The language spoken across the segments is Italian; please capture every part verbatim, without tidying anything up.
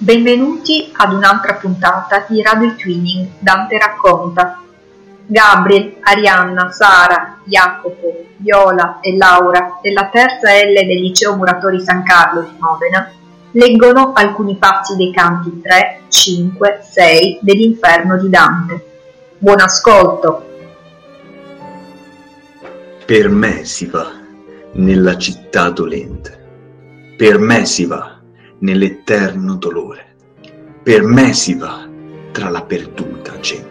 Benvenuti ad un'altra puntata di Radio Twinning Dante racconta. Gabriel, Arianna, Sara, Jacopo, Viola e Laura della terza L del Liceo Muratori San Carlo di Modena leggono alcuni passi dei canti tre, cinque, sei dell'Inferno di Dante. Buon ascolto! Per me si va nella città dolente, per me si va nell'eterno dolore, per me si va tra la perduta gente.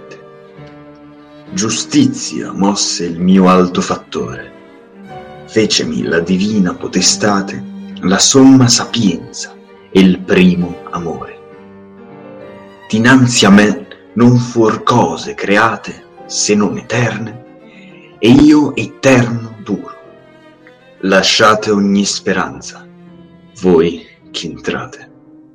Giustizia mosse il mio alto fattore, fecemi la divina potestate, la somma sapienza e il primo amore. Dinanzi a me non fuor cose create se non eterne, e io eterno duro. Lasciate ogni speranza, voi che entrate.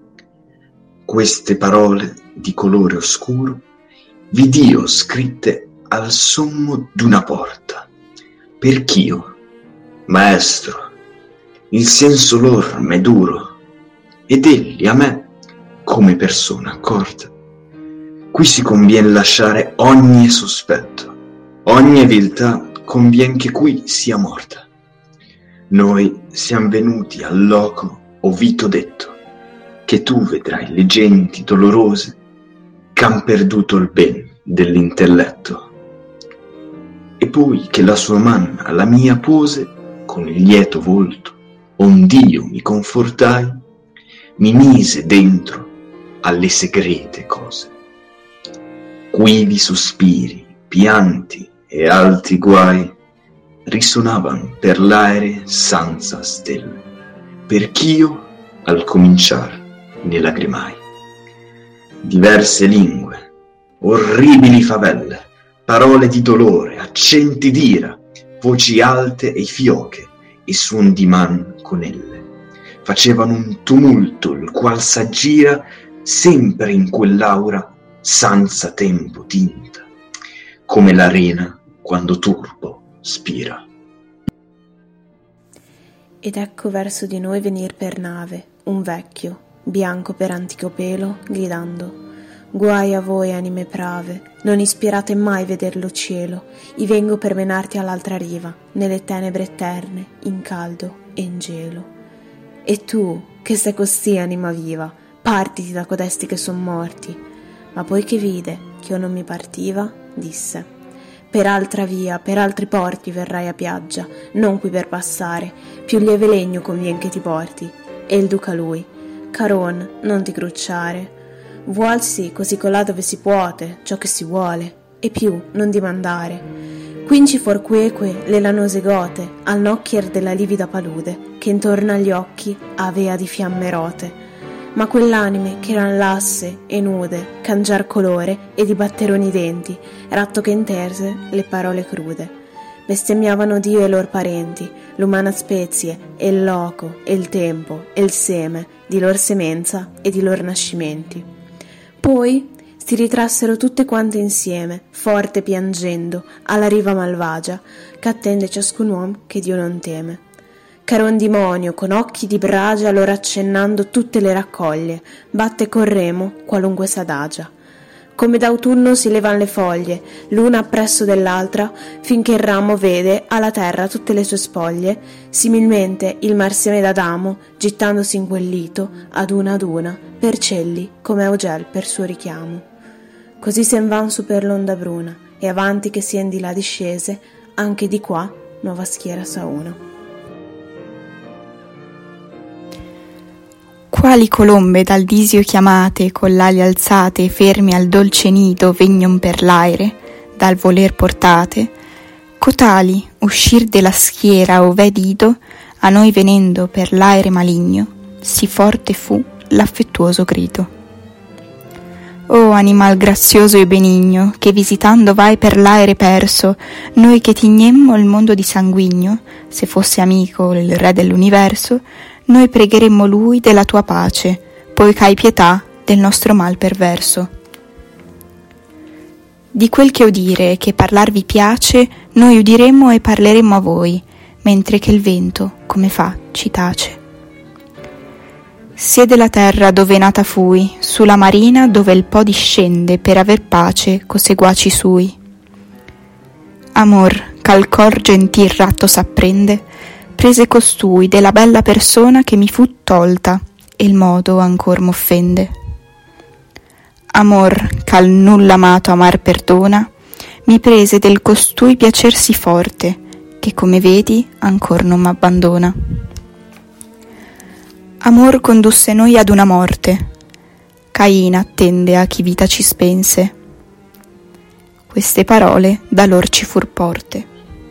Queste parole di colore oscuro vid'io scritte al sommo d'una porta, perch'io, maestro, il senso lor m'è duro, ed egli a me come persona accorta. Qui si convien lasciare ogni sospetto, ogni viltà convien che qui sia morta. Noi siam venuti al loco ovito detto, che tu vedrai le genti dolorose ch'han perduto il ben dell'intelletto. E poi che la sua man alla mia pose con il lieto volto, ond'io mi confortai, mi mise dentro alle segrete cose. Quivi sospiri, pianti e altri guai risuonavan per l'aere senza stelle, perch'io al cominciar ne lagrimai. Diverse lingue, orribili favelle, parole di dolore, accenti d'ira, voci alte e fioche e suon di man con elle, facevano un tumulto il qual s'aggira sempre in quell'aura senza tempo tinta, come l'arena quando turbo spira. Ed ecco verso di noi venir per nave un vecchio, bianco per antico pelo, gridando: guai a voi anime prave, non ispirate mai veder lo cielo, i vengo per menarti all'altra riva, nelle tenebre eterne, in caldo e in gelo. E tu, che sei costì anima viva, partiti da codesti che son morti. Ma poi che vide che io non mi partiva, disse: per altra via, per altri porti verrai a piaggia, non qui per passare, più lieve legno convien che ti porti. E il duca lui: caron, non ti crucciare, vuolsi così colà dove si puote ciò che si vuole, e più non dimandare. Quinci for queque le lanose gote al nocchier della livida palude, che intorno agli occhi avea di fiamme rote. Ma quell'anime che eran lasse e nude, cangiar colore e di batteroni i denti, ratto che interse le parole crude. Bestemmiavano Dio e lor parenti, l'umana spezie, e il loco, e il tempo, e il seme, di lor semenza e di lor nascimenti. Poi si ritrassero tutte quante insieme, forte piangendo, alla riva malvagia, ch'attende ciascun uom che Dio non teme. Caron dimonio, con occhi di bragia, loro accennando tutte le raccoglie, batte col remo qualunque s'adagia. Come d'autunno si levan le foglie, l'una appresso dell'altra, finché il ramo vede alla terra tutte le sue spoglie, similmente il mar seme d'Adamo, gittandosi in quel lito, ad una ad una, per celli, come augel per suo richiamo. Così sen van su per l'onda bruna, e avanti che sien di là discese, anche di qua nuova schiera sa uno. Quali colombe dal disio chiamate, con l'ali alzate, fermi al dolce nido, vegnon per l'aere, dal voler portate, cotali, uscir della schiera ove dido, a noi venendo per l'aere maligno, sì forte fu l'affettuoso grido. O animal grazioso e benigno, che visitando vai per l'aere perso, noi che tignemmo il mondo di sanguigno, se fosse amico il re dell'universo, noi pregheremmo lui della tua pace, poi c'hai pietà del nostro mal perverso. Di quel che udire e che parlar vi piace, noi udiremmo e parleremmo a voi, mentre che il vento, come fa, ci tace. Siede la terra dove nata fui, sulla marina dove il po' discende per aver pace co seguaci sui. Amor, ch'al cor gentil ratto s'apprende, prese costui della bella persona che mi fu tolta, e il modo ancor m'offende. Amor, ch'al nulla amato amar perdona, mi prese del costui piacer sì forte, che come vedi ancor non m'abbandona. Amor condusse noi ad una morte, Cain attende a chi vita ci spense. Queste parole da lor ci fur porte.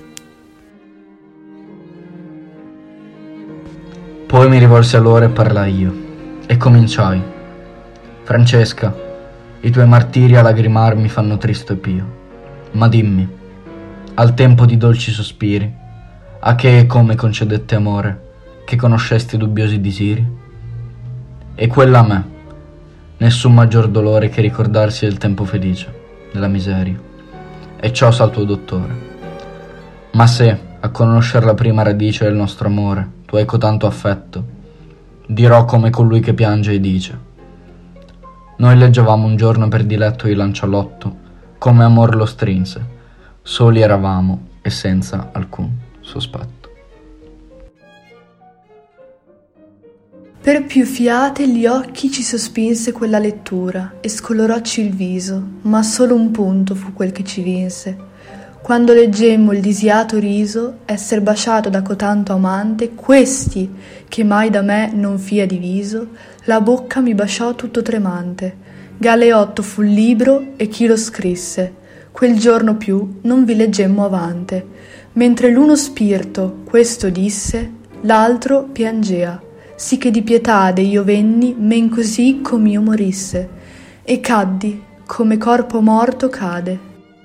Poi mi rivolsi a loro e parlai io, e cominciai. Francesca, i tuoi martiri a lagrimar mi fanno tristo e pio, ma dimmi, al tempo di dolci sospiri, a che e come concedette amore, che conoscesti dubbiosi disiri? E quella a me, nessun maggior dolore che ricordarsi del tempo felice, della miseria, e ciò sa il tuo dottore. Ma se, a conoscer la prima radice del nostro amore, tu hai cotanto affetto, dirò come colui che piange e dice: noi leggevamo un giorno per diletto di lancialotto, come amor lo strinse, soli eravamo e senza alcun sospetto. Per più fiate gli occhi ci sospinse quella lettura e scolorocci il viso, ma solo un punto fu quel che ci vinse. Quando leggemmo il disiato riso esser basciato da cotanto amante, questi, che mai da me non fia diviso, la bocca mi basciò tutto tremante. Galeotto fu il libro e chi lo scrisse. Quel giorno più non vi leggemmo avante. Mentre l'uno spirito questo disse, l'altro piangea. Sì che di pietade io venni, men così com'io morisse, e caddi, come corpo morto cade.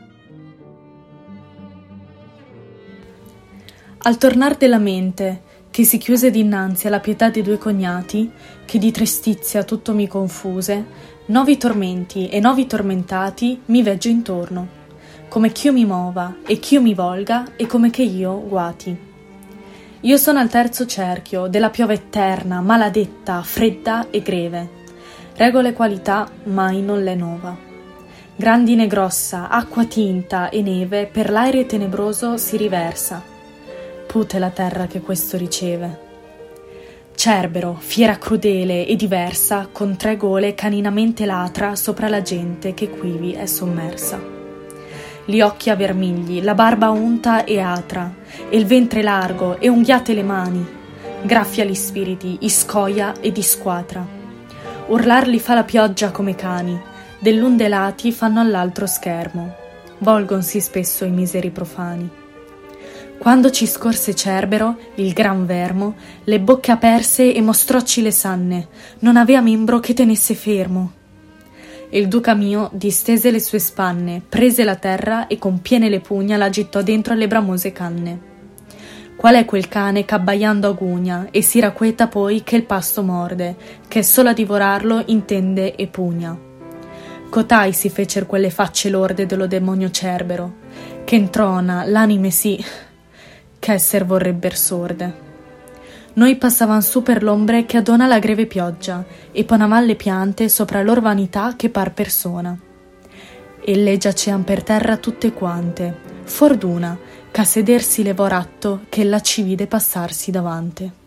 Al tornar della mente, che si chiuse dinanzi alla pietà dei due cognati, che di tristizia tutto mi confuse, novi tormenti e novi tormentati mi veggio intorno, come ch'io mi mova e ch'io mi volga e come che io guati. Io sono al terzo cerchio della piova eterna, maladetta, fredda e greve. Rego le qualità, mai non le nova. Grandine grossa, acqua tinta e neve per l'aere tenebroso si riversa. Pute la terra che questo riceve. Cerbero, fiera crudele e diversa, con tre gole caninamente latra sopra la gente che quivi è sommersa. Gli occhi a vermigli, la barba unta e atra, e il ventre largo, e unghiate le mani. Graffia gli spiriti, iscoia e disquatra. Urlar li fa la pioggia come cani, dell'un dei lati fanno all'altro schermo. Volgonsi spesso i miseri profani. Quando ci scorse Cerbero, il gran vermo, le bocche aperse e mostrocci le sanne, non avea membro che tenesse fermo. Il duca mio distese le sue spanne, prese la terra e con piene le pugna la gittò dentro alle bramose canne. Qual è quel cane c'abbaiando agugna e si raqueta poi che il pasto morde, che solo a divorarlo intende e pugna. Cotai si fecer quelle facce lorde dello demonio Cerbero, che introna l'anime sì, che esser vorrebber sorde. Noi passavan su per l'ombre che adona la greve pioggia e ponavan le piante sopra lor vanità che par persona. E le giacean per terra tutte quante, forduna, ch'a sedersi levò ratto che la ci vide passarsi davante.